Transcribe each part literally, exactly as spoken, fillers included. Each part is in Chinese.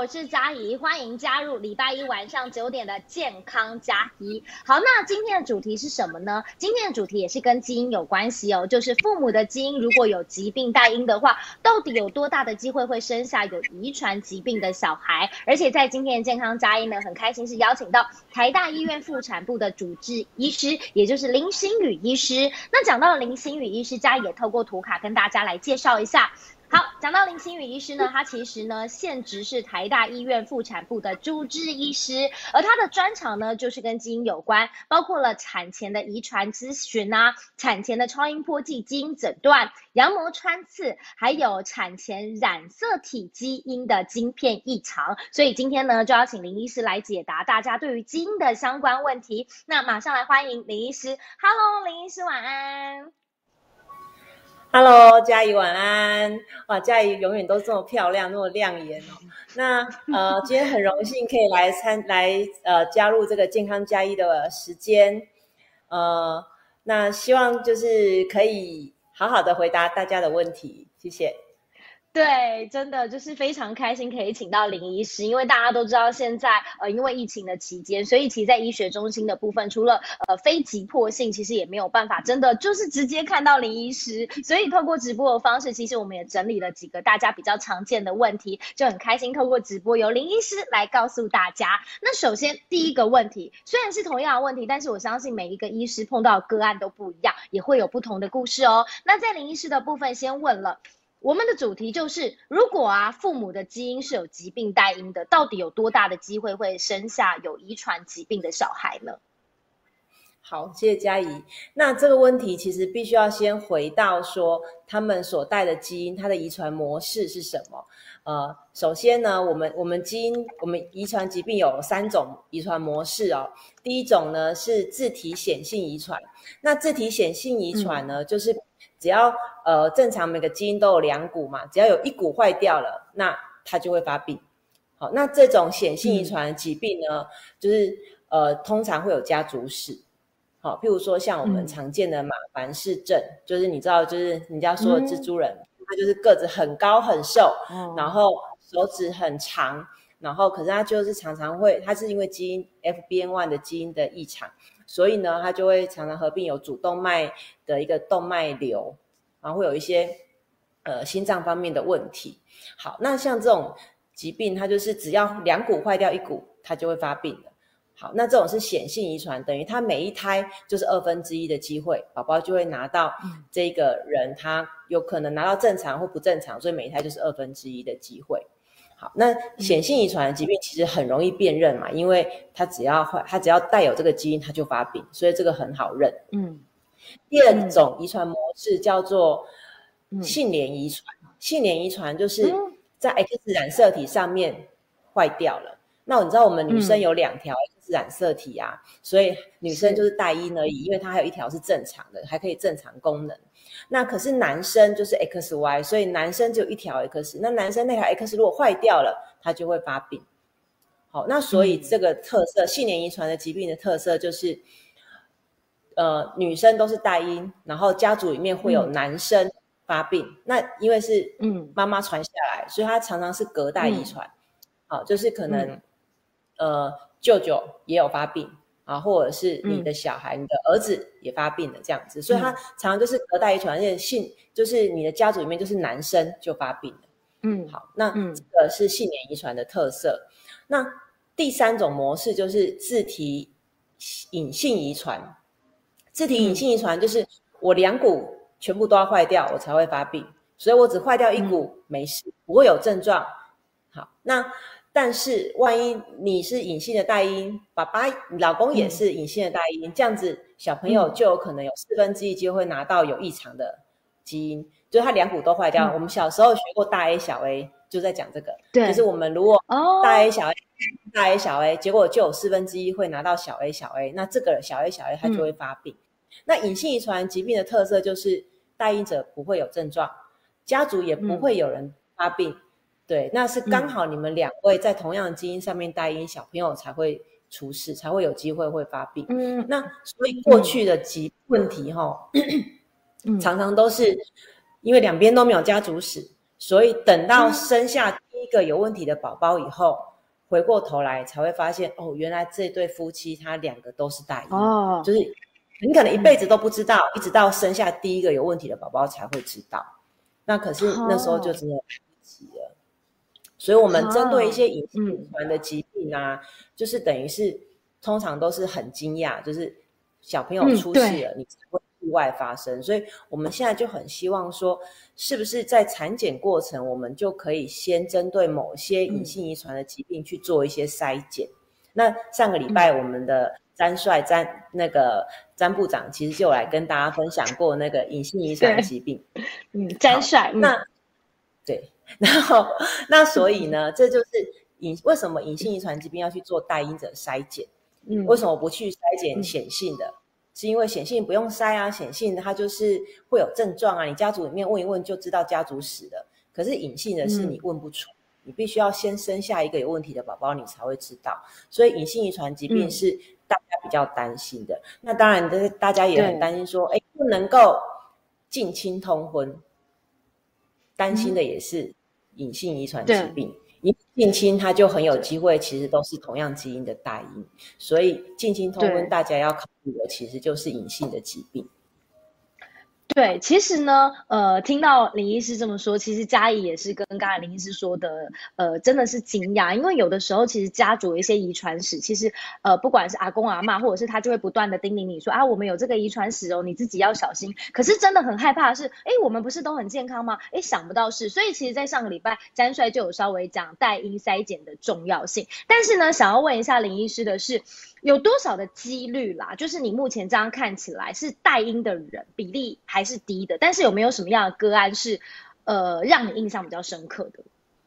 我是佳怡，欢迎加入礼拜一晚上九点的健康佳怡。好，那今天的主题是什么呢？今天的主题也是跟基因有关系哦，就是父母的基因如果有疾病带因的话，到底有多大的机会会生下有遗传疾病的小孩？而且在今天的健康佳怡呢，很开心是邀请到台大医院妇产部的主治医师，也就是林心宇医师。那讲到林心宇医师，佳怡也透过图卡跟大家来介绍一下。好，讲到林心宇医师呢，他其实呢现职是台大医院妇产部的主治医师，而他的专长呢就是跟基因有关，包括了产前的遗传咨询啊，产前的超音波暨基因诊断、羊膜穿刺，还有产前染色体基因的晶片异常。所以今天呢，就要请林医师来解答大家对于基因的相关问题。那马上来欢迎林医师。Hello， 林医师晚安。 Hello， 佳怡晚安。哇，佳怡永远都这么漂亮，那么亮眼哦。那呃，今天很荣幸可以来参来呃加入这个健康佳怡的时间，呃，那希望就是可以好好的回答大家的问题，谢谢。 对，真的就是非常开心可以请到林医师，因为大家都知道现在呃因为疫情的期间，所以其实在医学中心的部分，除了呃非急迫性，其实也没有办法真的就是直接看到林医师，所以透过直播的方式，其实我们也整理了几个大家比较常见的问题，就很开心透过直播由林医师来告诉大家。那首先第一个问题，虽然是同样的问题，但是我相信每一个医师碰到的个案都不一样，也会有不同的故事哦。那在林医师的部分先问了。我们的主题就是，如果啊父母的基因是有疾病带因的，到底有多大的机会会生下有遗传疾病的小孩呢？ 好，谢谢佳怡。那这个问题其实必须要先回到说他们所带的基因，它的遗传模式是什么？呃，首先呢，我们我们基因我们遗传疾病有三种遗传模式哦。第一种呢是自体显性遗传，那自体显性遗传呢，嗯、就是只要呃正常每个基因都有两股嘛，只要有一股坏掉了，那它就会发病。好，那这种显性遗传的疾病呢，嗯、就是呃通常会有家族史。好，譬如说像我们常见的马凡氏症，嗯、就是你知道，就是人家说的蜘蛛人，嗯、他就是个子很高很瘦，哦、然后手指很长，然后可是他就是常常会，他是因为基因 F B N 一 的基因的异常，所以呢，他就会常常合并有主动脉的一个动脉瘤，然后会有一些呃心脏方面的问题。好，那像这种疾病，它就是只要两股坏掉一股，它就会发病了。好，那这种是显性遗传，等于他每一胎就是二分之一的机会，宝宝就会拿到这个人，他有可能拿到正常或不正常，所以每一胎就是二分之一的机会。好，那显性遗传的疾病其实很容易辨认嘛，因为它只要它只要带有这个基因，它就发病，所以这个很好认。嗯，第二种遗传模式叫做性联遗传，性联遗传就是在 X 染色体上面坏掉了。那你知道我们女生有两条 X 染色体啊，嗯、所以女生就是带因而已，因为它还有一条是正常的，还可以正常功能。那可是男生就是 X Y， 所以男生只有一条 X， 那男生那条 X 如果坏掉了，它就会发病。好，那所以这个特色，嗯、性联遗传的疾病的特色就是，呃，女生都是带因，然后家族里面会有男生发病。嗯、那因为是妈妈传下来，所以它常常是隔代遗传。嗯、好，就是可能。嗯呃，舅舅也有发病啊，或者是你的小孩、嗯、你的儿子也发病了这样子，所以他常常就是隔代遗传，而且性就是你的家族里面就是男生就发病了。嗯，好，那这个是性联遗传的特色。那第三种模式就是自体隐性遗传，自体隐性遗传就是我两股全部都要坏掉，我才会发病，所以我只坏掉一股、嗯、没事，不会有症状。好，那但是万一你是隐性的带因，爸爸老公也是隐性的带因、嗯、这样子小朋友就有可能有四分之一机会拿到有异常的基因，就是他两股都坏掉、嗯、我们小时候学过大 A 小 A 就在讲这个，对，就是我们如果大 A 小 A、哦、大 A 小 A 结果就有四分之一会拿到小 A 小 A， 那这个小 A 小 A 它就会发病、嗯、那隐性遗传疾病的特色就是带因者不会有症状，家族也不会有人发病、嗯，对，那是刚好你们两位在同样的基因上面带因，小朋友才会出事，才会有机会会发病。嗯，那所以过去的疾问题哈、嗯，常常都是因为两边都没有家族史，所以等到生下第一一个有问题的宝宝以后，回过头来才会发现，哦，原来这对夫妻他两个都是大婴，哦，就是你可能一辈子都不知道，嗯，一直到生下第一个有问题的宝宝才会知道。那可是那时候就真的来不及了。哦，所以我们针对一些隐性遗传的疾病啊，嗯，就是等于是通常都是很惊讶，就是小朋友出事了，嗯，你才会意外发生。所以我们现在就很希望说，是不是在产检过程我们就可以先针对某些隐性遗传的疾病去做一些筛检。嗯，那上个礼拜我们的詹帅詹那个詹部长其实就来跟大家分享过那个隐性遗传疾病。 嗯，詹帅，嗯， 那对，然后那所以呢，这就是隐为什么隐性遗传疾病要去做带因者筛检？嗯，为什么不去筛检显性的？嗯，是因为显性不用筛啊，显性的它就是会有症状啊，你家族里面问一问就知道家族史的。可是隐性的是你问不出，嗯，你必须要先生下一个有问题的宝宝，你才会知道。所以隐性遗传疾病是大家比较担心的。嗯，那当然，大家也很担心说，哎，不能够近亲通婚，担心的也是隐性遗传疾病。因为近亲他就很有机会其实都是同样基因的大因，所以近亲通婚大家要考虑的其实就是隐性的疾病。 对，其实呢，呃，听到林医师这么说，其实嘉怡也是跟刚才林医师说的，呃，真的是惊讶，因为有的时候其实家族有一些遗传史，其实呃，不管是阿公阿嬷，或者是他就会不断的叮咛你说啊，我们有这个遗传史哦，你自己要小心。可是真的很害怕的是，哎，我们不是都很健康吗？哎，想不到是，所以其实，在上个礼拜，詹帅就有稍微讲带因筛检的重要性。但是呢，想要问一下林医师的是，有多少的几率啦？就是你目前这样看起来是带因的人比例还是低的，但是有没有什么样的个案是呃让你印象比较深刻的？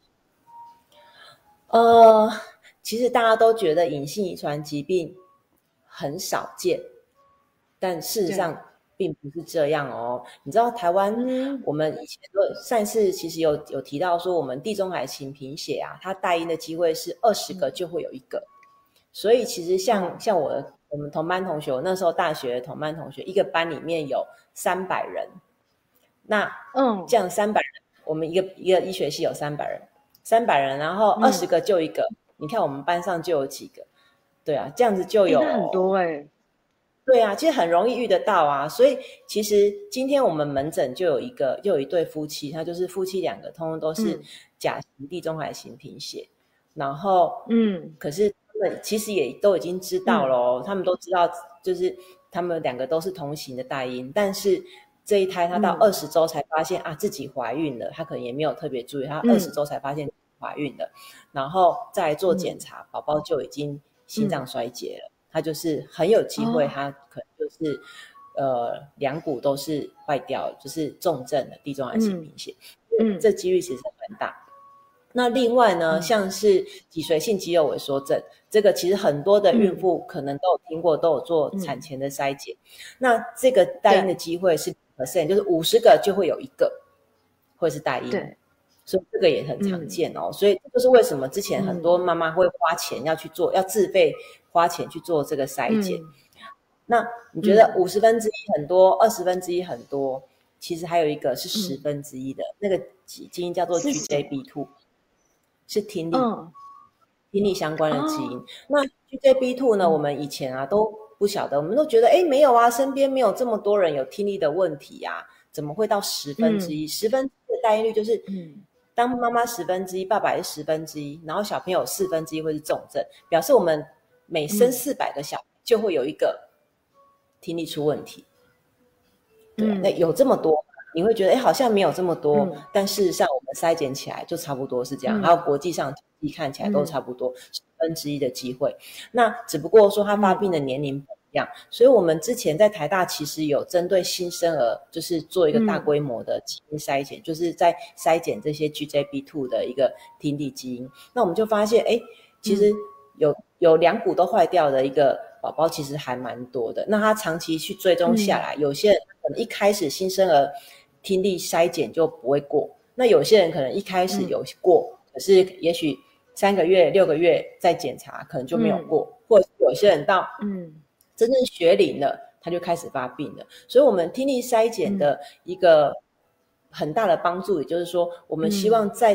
呃，其实大家都觉得隐性遗传疾病很少见，但事实上并不是这样哦。你知道台湾、嗯、我们以前上次其实有有提到说，我们地中海型贫血啊，它带因的机会是二十个就会有一个，嗯、所以其实像、嗯、像我我们同班同学，我那时候大学的同班同学，一个班里面有三百人，那嗯，这样三百人，我们一个一个医学系有三百人，三百人，然后二十个就一个、嗯，你看我们班上就有几个，对啊，这样子就有、 欸、很多哎、欸， 对啊，其实很容易遇得到啊。所以其实今天我们门诊就有一个，就有一对夫妻，他就是夫妻两个，通通都是甲型地中海型贫血，嗯、然后嗯，可是他们其实也都已经知道了、哦嗯，他们都知道，就是他们两个都是同型的带因，但是这一胎她到二十周才发现、嗯、啊自己怀孕了，她可能也没有特别注意，她二十周才发现怀孕了、嗯，然后再来做检查，宝、嗯、宝就已经心脏衰竭了。嗯，他就是很有机会，他可能就是、哦、呃两股都是坏掉，就是重症的地中海型贫血，嗯，这几率其实很大。那另外呢、嗯，像是脊髓性肌肉萎缩症，这个其实很多的孕妇可能都有听过，嗯、都有做产前的筛检。嗯、那这个带因的机会是 百分之百，就是五十个就会有一个会是带因。对。所以这个也很常见哦、嗯，所以这就是为什么之前很多妈妈会花钱要去做，嗯、要自费花钱去做这个筛检。嗯、那你觉得五十分之一很多，二十分之一很多，其实还有一个是十分之一的、嗯、那个基因叫做 G J B 二， 是, 是听力、嗯、听力相关的基因。哦、那 G J B 二 呢、嗯，我们以前啊都不晓得，我们都觉得哎没有啊，身边没有这么多人有听力的问题啊，怎么会到十分之一？十分之一的带因率就是嗯。当妈妈十分之一，爸爸是十分之一，然后小朋友四分之一会是重症，表示我们每生四百个小孩就会有一个听力出问题。对、啊，那有这么多，你会觉得哎好像没有这么多、嗯，但事实上我们筛检起来就差不多是这样，嗯、还有国际上统计看起来都差不多十分之一的机会。那只不过说他发病的年龄不一样，所以我们之前在台大其实有针对新生儿，就是做一个大规模的基因筛检、嗯，就是在筛检这些 G J B 二 的一个听力基因。那我们就发现，哎，其实有、嗯、有两股都坏掉的一个宝宝，其实还蛮多的。那他长期去追踪下来，嗯、有些人可能一开始新生儿听力筛检就不会过，那有些人可能一开始有过，嗯、可是也许三个月、六个月再检查，可能就没有过，嗯、或者有些人到嗯。真正学龄了，他就开始发病了。所以我们听力筛检的一个很大的帮助，也就是说，我们希望在他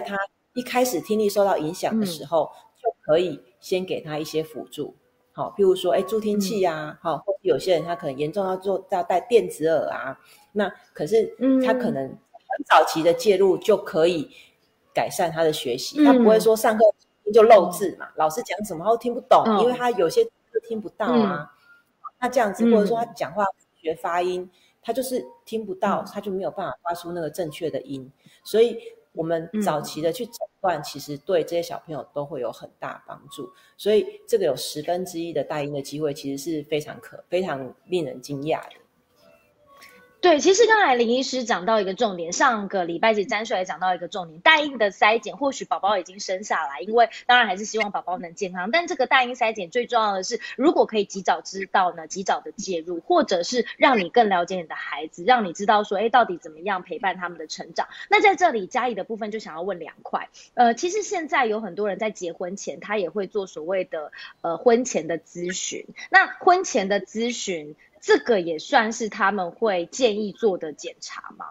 一开始听力受到影响的时候，嗯、就可以先给他一些辅助。好，譬如说，哎，助听器啊，好、嗯，或者有些人他可能严重要做要戴电子耳啊，那可是他可能很早期的介入就可以改善他的学习，嗯、他不会说上课就漏字嘛，嗯、老师讲什么他都听不懂，嗯、因为他有些字听不到啊。嗯、那这样子，或者说他讲话学发音，他就是听不到，嗯、他就没有办法发出那个正确的音，所以我们早期的去诊断，其实对这些小朋友都会有很大帮助，所以这个有十分之一的带音的机会，其实是非常可非常令人惊讶的。 对，其实刚才林医师讲到一个重点，上个礼拜其实詹叔也讲到一个重点，带音的筛检，或许宝宝已经生下来，因为当然还是希望宝宝能健康，但这个带音筛检最重要的是，如果可以及早知道呢，及早的介入，或者是让你更了解你的孩子，让你知道说，哎，到底怎么样陪伴他们的成长。那在这里嘉义的部分就想要问两块，呃，其实现在有很多人在结婚前，他也会做所谓的呃婚前的咨询，那婚前的咨询，这个也算是他们会建议做的检查吗？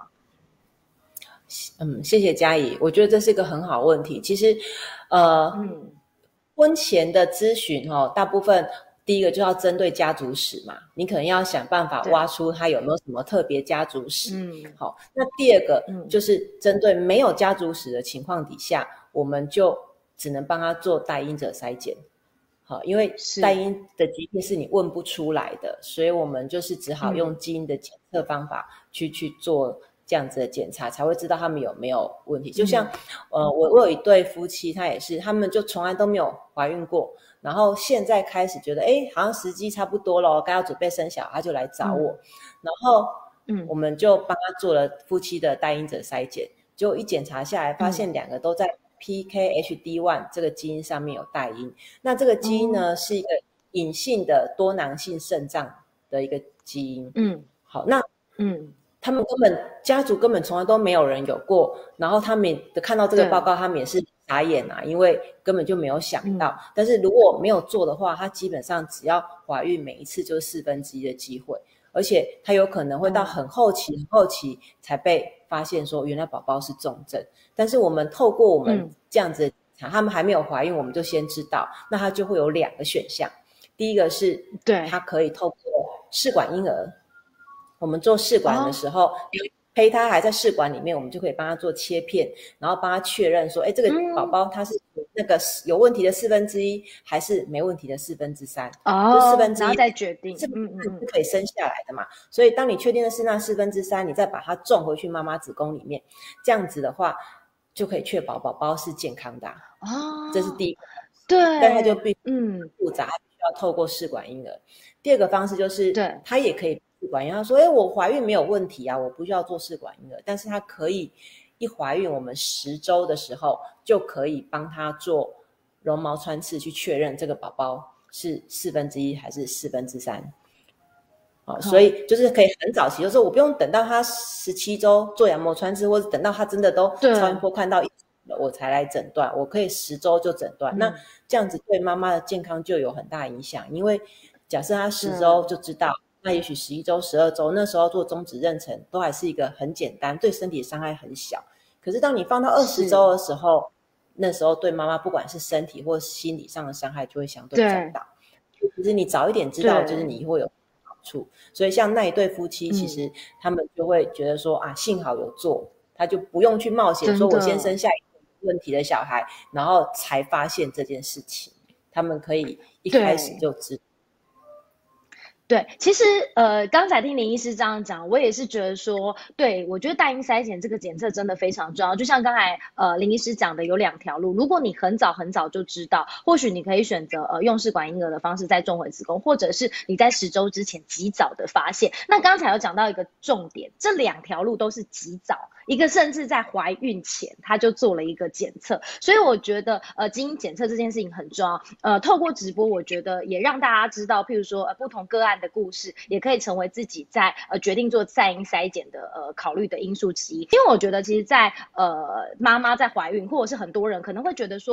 嗯，谢谢嘉怡，我觉得这是一个很好的问题。其实，呃，嗯，婚前的咨询哦，大部分第一个就要针对家族史嘛，你可能要想办法挖出他有没有什么特别家族史。嗯，好，那第二个就是针对没有家族史的情况底下，我们就只能帮他做带因者筛检。好，因为带因的疾病是你问不出来的，所以我们就是只好用基因的检测方法去、嗯、去做这样子的检查，才会知道他们有没有问题。就像、嗯、呃，我我有一对夫妻，他也是，他们就从来都没有怀孕过，然后现在开始觉得，哎，好像时机差不多了，该要准备生小孩，他就来找我，嗯、然后嗯，我们就帮他做了夫妻的带因者筛检，结果一检查下来，发现两个都在P K H D 一 这个基因上面有带因，那这个基因呢、嗯、是一个隐性的多囊性肾脏的一个基因。嗯，好，那嗯，他们根本家族根本从来都没有人有过，然后他们看到这个报告，他们也是傻眼啊，因为根本就没有想到。嗯、但是如果没有做的话，他基本上只要怀孕每一次就是四分之一的机会，而且他有可能会到很后期、很后期才被发现说原来宝宝是重症。但是我们透过我们这样子的检查、嗯、他们还没有怀孕我们就先知道，那他就会有两个选项。第一个是他可以透过试管婴儿，我们做试管的时候、哦、胚胎还在试管里面，我们就可以帮他做切片，然后帮他确认说，哎，这个宝宝他是那个有问题的四分之一还是没问题的四分之三， 哦，就四分之一，然后再决定是不是可以生下来的嘛、嗯嗯、所以当你确定的是那四分之三，你再把它种回去妈妈子宫里面，这样子的话就可以确保宝宝是健康的、啊、哦，这是第一个。 对， 但它就必须复杂，它必须要透过试管婴儿。第二个方式就是对，它也可以试管婴儿，他说哎，我怀孕没有问题啊，我不需要做试管婴儿，但是它可以一怀孕我们十周的时候就可以帮他做绒毛穿刺，去确认这个宝宝是四分之一还是四分之三。哦、所以就是可以很早期，就是我不用等到他十七周做羊膜穿刺，或者等到他真的都超音波看到我才来诊断，我可以十周就诊断、嗯、那这样子对妈妈的健康就有很大影响。因为假设他十周就知道，那也许十一周十二周那时候做终止妊娠都还是一个很简单，对身体的伤害很小。可是当你放到二十周的时候，那时候对妈妈不管是身体或心理上的伤害就会相对比较大。其实你早一点知道，就是你会有好处。所以像那一对夫妻、嗯、其实他们就会觉得说啊，幸好有做，他就不用去冒险说我先生下一个问题的小孩，然后才发现这件事情，他们可以一开始就知道。 对，其实呃，刚才听林医师这样讲，我也是觉得说，对，我觉得带因筛检这个检测真的非常重要。就像刚才呃林医师讲的，有两条路，如果你很早很早就知道，或许你可以选择呃用试管婴儿的方式再种回子宫，或者是你在十周之前及早的发现。那刚才有讲到一个重点，这两条路都是及早，一个甚至在怀孕前他就做了一个检测，所以我觉得呃基因检测这件事情很重要。呃，透过直播，我觉得也让大家知道，譬如说呃不同个案的故事，也可以成为自己在呃决定做带因筛检的呃考虑的因素之一。因为我觉得其实在呃妈妈在怀孕，或者是很多人可能会觉得说，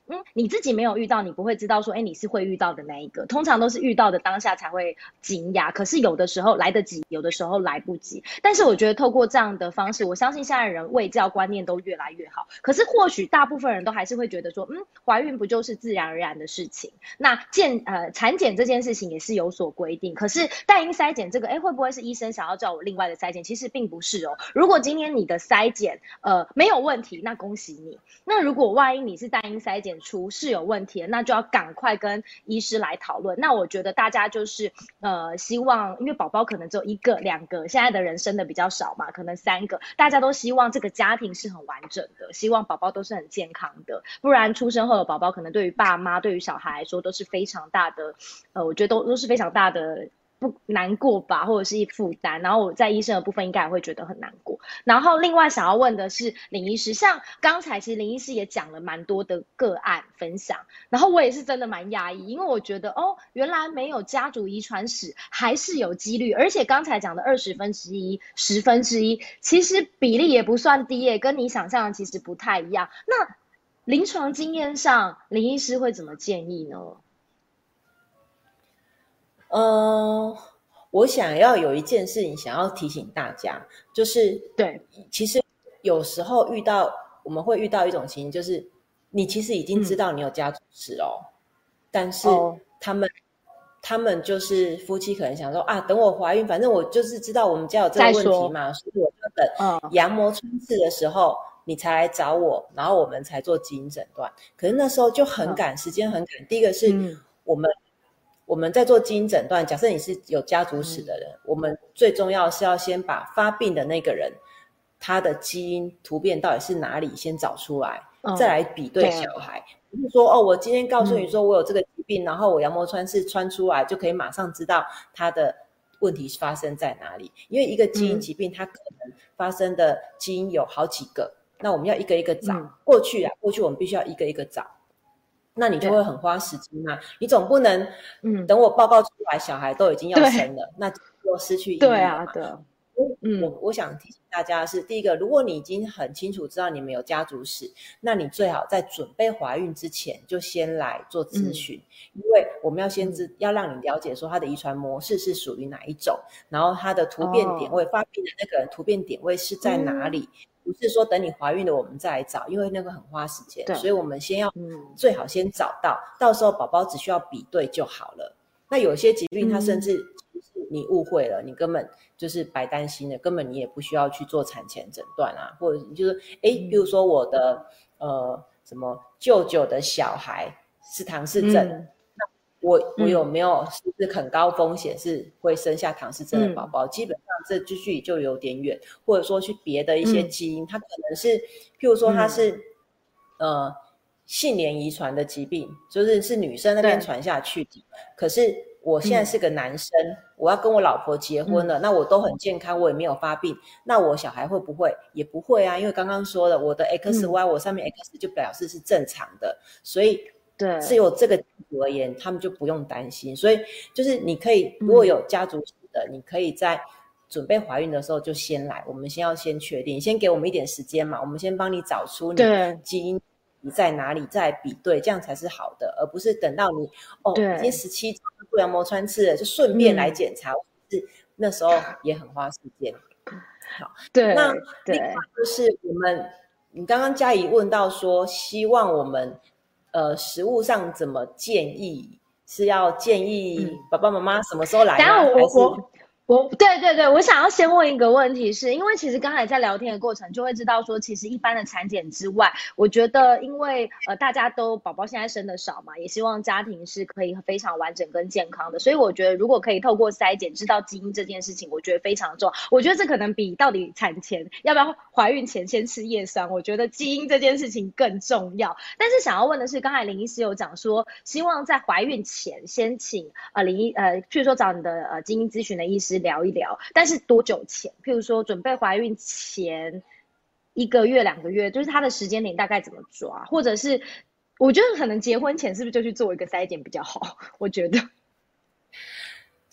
嗯，你自己没有遇到，你不会知道说，哎，你是会遇到的那一个。通常都是遇到的当下才会惊讶，可是有的时候来得及，有的时候来不及。但是我觉得透过这样的方式，我相信现在人卫教观念都越来越好。可是或许大部分人都还是会觉得说，嗯，怀孕不就是自然而然的事情？那健呃产检这件事情也是有所规定。可是代因筛检这个，哎，会不会是医生想要叫我另外的筛检？其实并不是哦。如果今天你的筛检呃没有问题，那恭喜你。那如果万一你是代因筛检出是有问题的，那就要赶快跟医师来讨论。那我觉得大家就是呃希望，因为宝宝可能只有一个两个，现在的人生的比较少嘛，可能三个，大家都希望这个家庭是很完整的，希望宝宝都是很健康的，不然出生后的宝宝可能对于爸妈对于小孩来说都是非常大的呃我觉得都都是非常大的不难过吧，或者是负担，然后我在医生的部分应该也会觉得很难过。然后另外想要问的是林医师，像刚才其实林医师也讲了蛮多的个案分享，然后我也是真的蛮讶异，因为我觉得哦，原来没有家族遗传史还是有几率，而且刚才讲的二十分之一、十分之一，其实比例也不算低耶，跟你想象的其实不太一样。那临床经验上，林医师会怎么建议呢？ 呃，我想要有一件事情想要提醒大家，就是对， 其实有时候遇到我们会遇到一种情形，就是你其实已经知道你有家族史哦，嗯、但是他们、哦、他们就是夫妻可能想说啊，等我怀孕，反正我就是知道我们家有这个问题嘛，所以我就等羊膜穿刺的时候。嗯你才来找我，然后我们才做基因诊断。可是那时候就很赶，嗯、时间很赶。第一个是我们、嗯、我们在做基因诊断，假设你是有家族史的人，嗯、我们最重要是要先把发病的那个人他的基因突变到底是哪里先找出来，嗯、再来比对小孩。不是说哦，我今天告诉你说我有这个疾病，嗯、然后我羊膜穿刺穿出来就可以马上知道他的问题发生在哪里。因为一个基因疾病，嗯、它可能发生的基因有好几个。那我们要一个一个找，嗯、过去啊，过去我们必须要一个一个找，那你就会很花时间嘛。你总不能，嗯，等我报告出来，小孩都已经要生了，那就失去意义了嘛。对啊，对啊。嗯，我我想提醒大家的是，第一个，如果你已经很清楚知道你们有家族史，那你最好在准备怀孕之前就先来做咨询，嗯、因为我们要先知、嗯、要让你了解说他的遗传模式是属于哪一种，然后他的突变点位，哦、发病的那个人突变点位是在哪里。嗯，不是说等你怀孕了我们再来找，因为那个很花时间，所以我们先要、嗯、最好先找到，到时候宝宝只需要比对就好了。那有些疾病它甚至你误会了，嗯、你根本就是白担心的，根本你也不需要去做产前诊断啊，或者就是哎，比如说我的呃什么舅舅的小孩是唐氏症。嗯，我我有没有是不是很高风险是会生下唐氏症的宝宝？嗯、基本上这距离就有点远，或者说去别的一些基因，嗯、它可能是，譬如说它是、嗯、呃性联遗传的疾病，就是是女生那边传下去的。可是我现在是个男生，嗯、我要跟我老婆结婚了，嗯、那我都很健康，我也没有发病，那我小孩会不会？也不会啊，因为刚刚说了，我的 X Y、嗯、我上面 X 就表示是正常的，所以。对，只有这个家族而言，他们就不用担心。所以就是你可以，如果有家族史的，嗯、你可以在准备怀孕的时候就先来。我们先要先确定，先给我们一点时间嘛，我们先帮你找出你基因你在哪里，再比对，这样才是好的，而不是等到你哦已经十七周做羊膜穿刺了，就顺便来检查，嗯、是那时候也很花时间。好，对，那另外就是我们，你刚刚嘉怡问到说，希望我们。呃，食物上怎么建议？是要建议爸爸妈妈什么时候来呢？ 嗯、我我我对对对，我想要先问一个问题是，因为其实刚才在聊天的过程就会知道说，其实一般的产检之外，我觉得因为呃大家都宝宝现在生的少嘛，也希望家庭是可以非常完整跟健康的，所以我觉得如果可以透过筛检知道基因这件事情，我觉得非常重要。我觉得这可能比到底产前要不要怀孕前先吃叶酸，我觉得基因这件事情更重要。但是想要问的是，刚才林医师有讲说，希望在怀孕前先请呃林医呃，譬如说找你的呃基因咨询的医师聊一聊，但是多久前？譬如说准备怀孕前一个月、两个月，就是他的时间点大概怎么抓？或者是我觉得可能结婚前是不是就去做一个筛检比较好？我觉得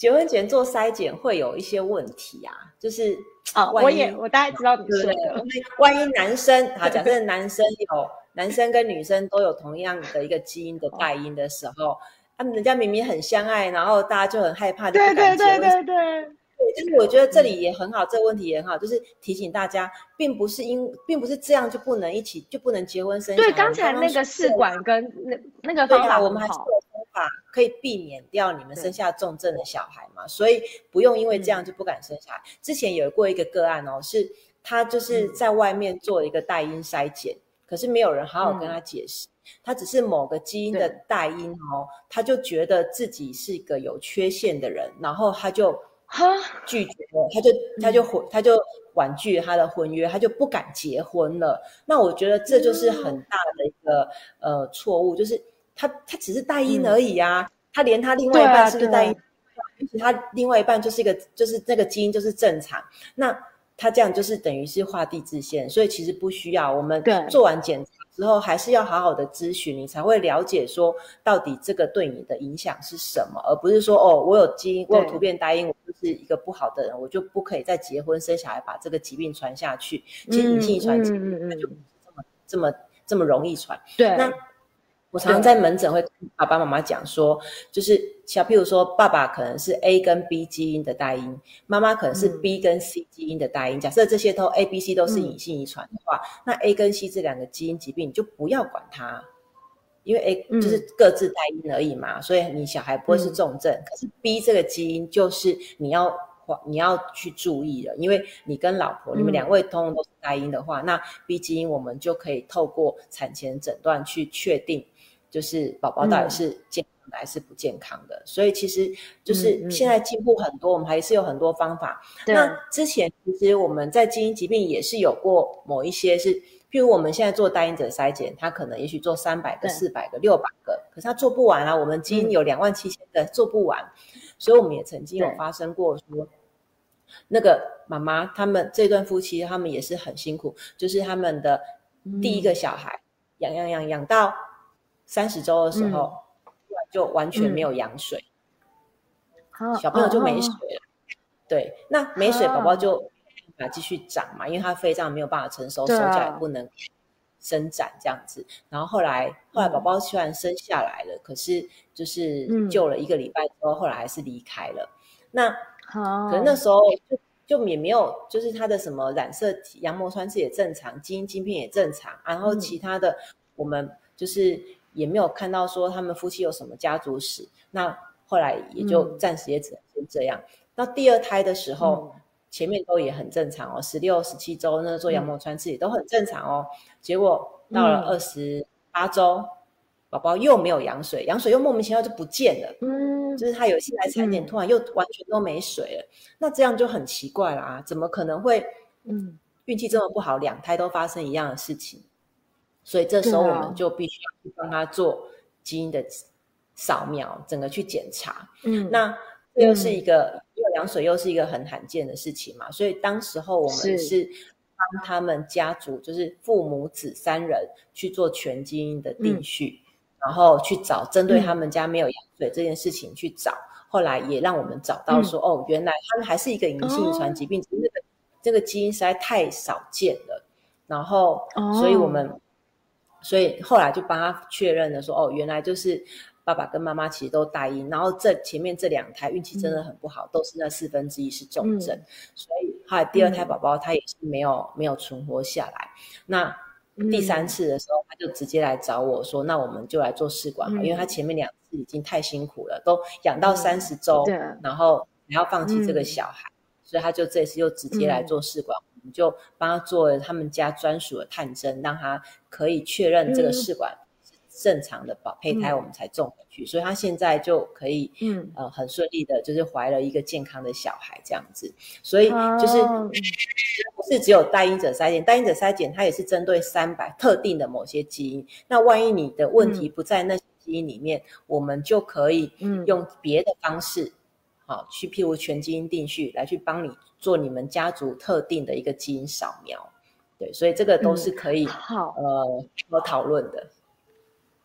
结婚前做筛检会有一些问题啊，就是哦，我也我大概知道你说的。 万一男生，好，假设男生有男生跟女生都有同样的一个基因的带因的时候，他们人家明明很相爱，然后大家就很害怕，就不敢结婚。 对对对对对。 对，就是我觉得这里也很好，嗯、这个问题也很好，就是提醒大家，并不是因，并不是这样就不能一起，就不能结婚生小孩。 对，刚才那个试管跟那那个方法很好， 对啊，我们还是有方法可以避免掉你们生下重症的小孩嘛，所以不用因为这样就不敢生小孩。嗯、之前有过一个个案哦，是他就是在外面做一个带因筛检，嗯、可是没有人好好跟他解释。嗯他只是某个基因的带因哦，他就觉得自己是一个有缺陷的人，然后他就拒绝了，他就他就他就婉拒了他的婚约，他就不敢结婚了。那我觉得这就是很大的一个、嗯、呃错误，就是他他只是带因而已啊，嗯、他连他另外一半是不是带因，而且他另外一半就是一个就是那个基因就是正常，那他这样就是等于是画地自限，所以其实不需要。我们做完检查之后还是要好好的咨询，你才会了解说到底这个对你的影响是什么，而不是说哦，我有基因，我有突变带因，我就是一个不好的人，我就不可以再结婚生小孩，把这个疾病传下去。其实隐性遗传疾病它就不是这么、嗯、这么这么容易传。 对， 那我常常在门诊会跟爸爸妈妈讲说，就是像譬如说爸爸可能是 A 跟 B 基因的带因，妈妈可能是 B 跟 C 基因的带因，嗯、假设这些都 A、B、C 都是隐性遗传的话，嗯、那 A 跟 C 这两个基因疾病你就不要管它，因为 A 就是各自带因而已嘛，嗯、所以你小孩不会是重症，嗯、可是 B 这个基因就是你要你要去注意了，因为你跟老婆、嗯、你们两位通通都是带因的话，那 B 基因我们就可以透过产前诊断去确定就是宝宝到底是健康的还是不健康的，嗯、所以其实就是现在进步很多，嗯、我们还是有很多方法。那之前其实我们在基因疾病也是有过某一些是，譬如我们现在做带因者筛检，他可能也许做三百个、四百个、六百个，可是他做不完啊。我们基因有两万七千个，做不完，所以我们也曾经有发生过说，那个妈妈他们这对夫妻他们也是很辛苦，就是他们的第一个小孩养养养养到三十周的时候，嗯、就完全没有羊水，嗯、小朋友就没水了。哦、对，那没水，宝宝就没办法继续长嘛，因为他肺脏没有办法承受，手脚也不能伸展这样子。然后后来，后来宝宝虽然生下来了，嗯、可是就是救了一个礼拜之后，嗯、后来还是离开了。那可能那时候就就也没有，就是他的什么染色体、羊膜穿刺也正常，基因晶片也正常，然后其他的我们就是也没有看到说他们夫妻有什么家族史。那后来也就暂时也只能先这样。嗯、到第二胎的时候，嗯、前面都也很正常哦，十六、十七周那做羊膜穿刺也都很正常哦。嗯、结果到了二十八周，嗯、宝宝又没有羊水，羊水又莫名其妙就不见了。嗯，就是他有一次来产检，嗯、突然又完全都没水了。那这样就很奇怪啦，怎么可能会嗯运气这么不好，两胎都发生一样的事情？所以这时候我们就必须要去帮他做基因的扫描，整个去检查。嗯，那这又是一个，因为羊水又是一个很罕见的事情嘛，所以当时候我们是帮他们家族，就是父母子三人去做全基因的定序，嗯、然后去找针对他们家没有羊水这件事情去找。后来也让我们找到说，嗯、哦，原来他们还是一个隐性遗传疾病，只是、哦、这个这个基因实在太少见了。然后，哦、所以我们，所以后来就帮他确认了说，哦，原来就是爸爸跟妈妈其实都带因，然后这前面这两胎运气真的很不好，嗯、都是那四分之一是重症，嗯、所以后来第二胎宝宝他也是没有、嗯、没有存活下来。那第三次的时候，他就直接来找我说，那我们就来做试管好，嗯、因为他前面两次已经太辛苦了，都养到三十周，嗯、然后还要放弃这个小孩，嗯、所以他就这次又直接来做试管，嗯、我们就帮他做了他们家专属的探针，让他可以确认这个试管是正常的保胚胎，我们才种回去，嗯、所以他现在就可以，嗯呃、很顺利的就是怀了一个健康的小孩这样子。所以就是不是只有带因者筛检，带因者筛检它也是针对三百特定的某些基因，那万一你的问题不在那些基因里面，嗯、我们就可以用别的方式，好，去譬如全基因定序来去帮你做你们家族特定的一个基因扫描。对，所以这个都是可以，嗯、呃有讨论的。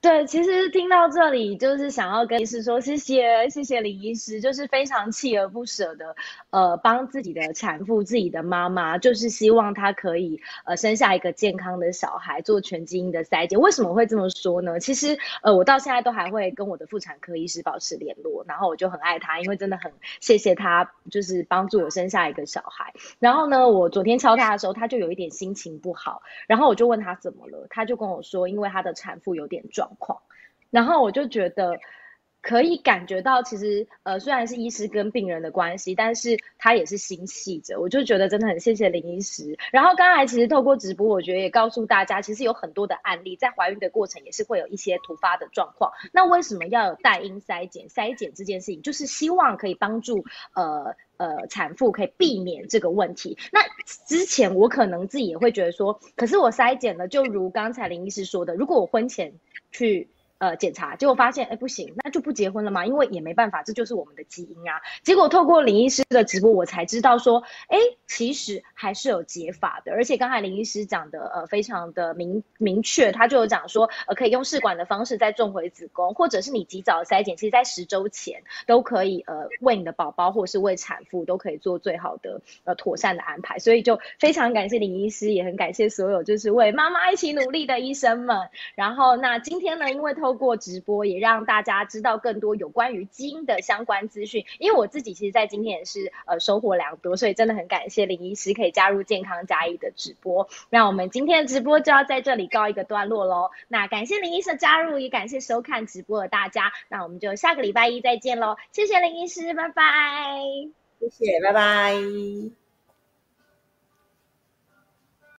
对，其实听到这里，就是想要跟医师说谢谢，谢谢林医师，就是非常锲而不舍的，呃，帮自己的产妇、自己的妈妈，就是希望她可以呃生下一个健康的小孩，做全基因的筛检。为什么会这么说呢？其实呃，我到现在都还会跟我的妇产科医师保持联络，然后我就很爱他，因为真的很谢谢他，就是帮助我生下一个小孩。然后呢，我昨天敲他的时候，他就有一点心情不好，然后我就问他怎么了，他就跟我说，因为他的产妇有点状况。然后我就觉得可以感觉到，其实呃虽然是医师跟病人的关系，但是他也是心系着。我就觉得真的很谢谢林医师。然后刚才其实透过直播，我觉得也告诉大家，其实有很多的案例，在怀孕的过程也是会有一些突发的状况。那为什么要有代因筛检？筛检这件事情，就是希望可以帮助呃。呃，产妇可以避免这个问题。那之前我可能自己也会觉得说，可是我筛检了，就如刚才林医师说的，如果我婚前去呃检查，结果发现哎不行，那就不结婚了吗？因为也没办法，这就是我们的基因啊。结果透过林医师的直播，我才知道说，哎，其实还是有解法的。而且刚才林医师讲的呃非常的明明确，他就有讲说，呃可以用试管的方式再种回子宫，或者是你及早的筛检，其实在十周前都可以呃为你的宝宝或是为产妇都可以做最好的呃妥善的安排。所以就非常感谢林医师，也很感谢所有就是为妈妈一起努力的医生们。然后那今天呢，因为透过直播也让大家知道更多有关于基因的相关资讯，因为我自己其实在今天也是呃收获良多，所以真的很感谢林医师可以加入健康加一的直播。那我们今天的直播就要在这里告一个段落咯。那感谢林医师的加入，也感谢收看直播的大家，那我们就下个礼拜一再见咯。谢谢林医师，拜拜。 谢谢，拜拜。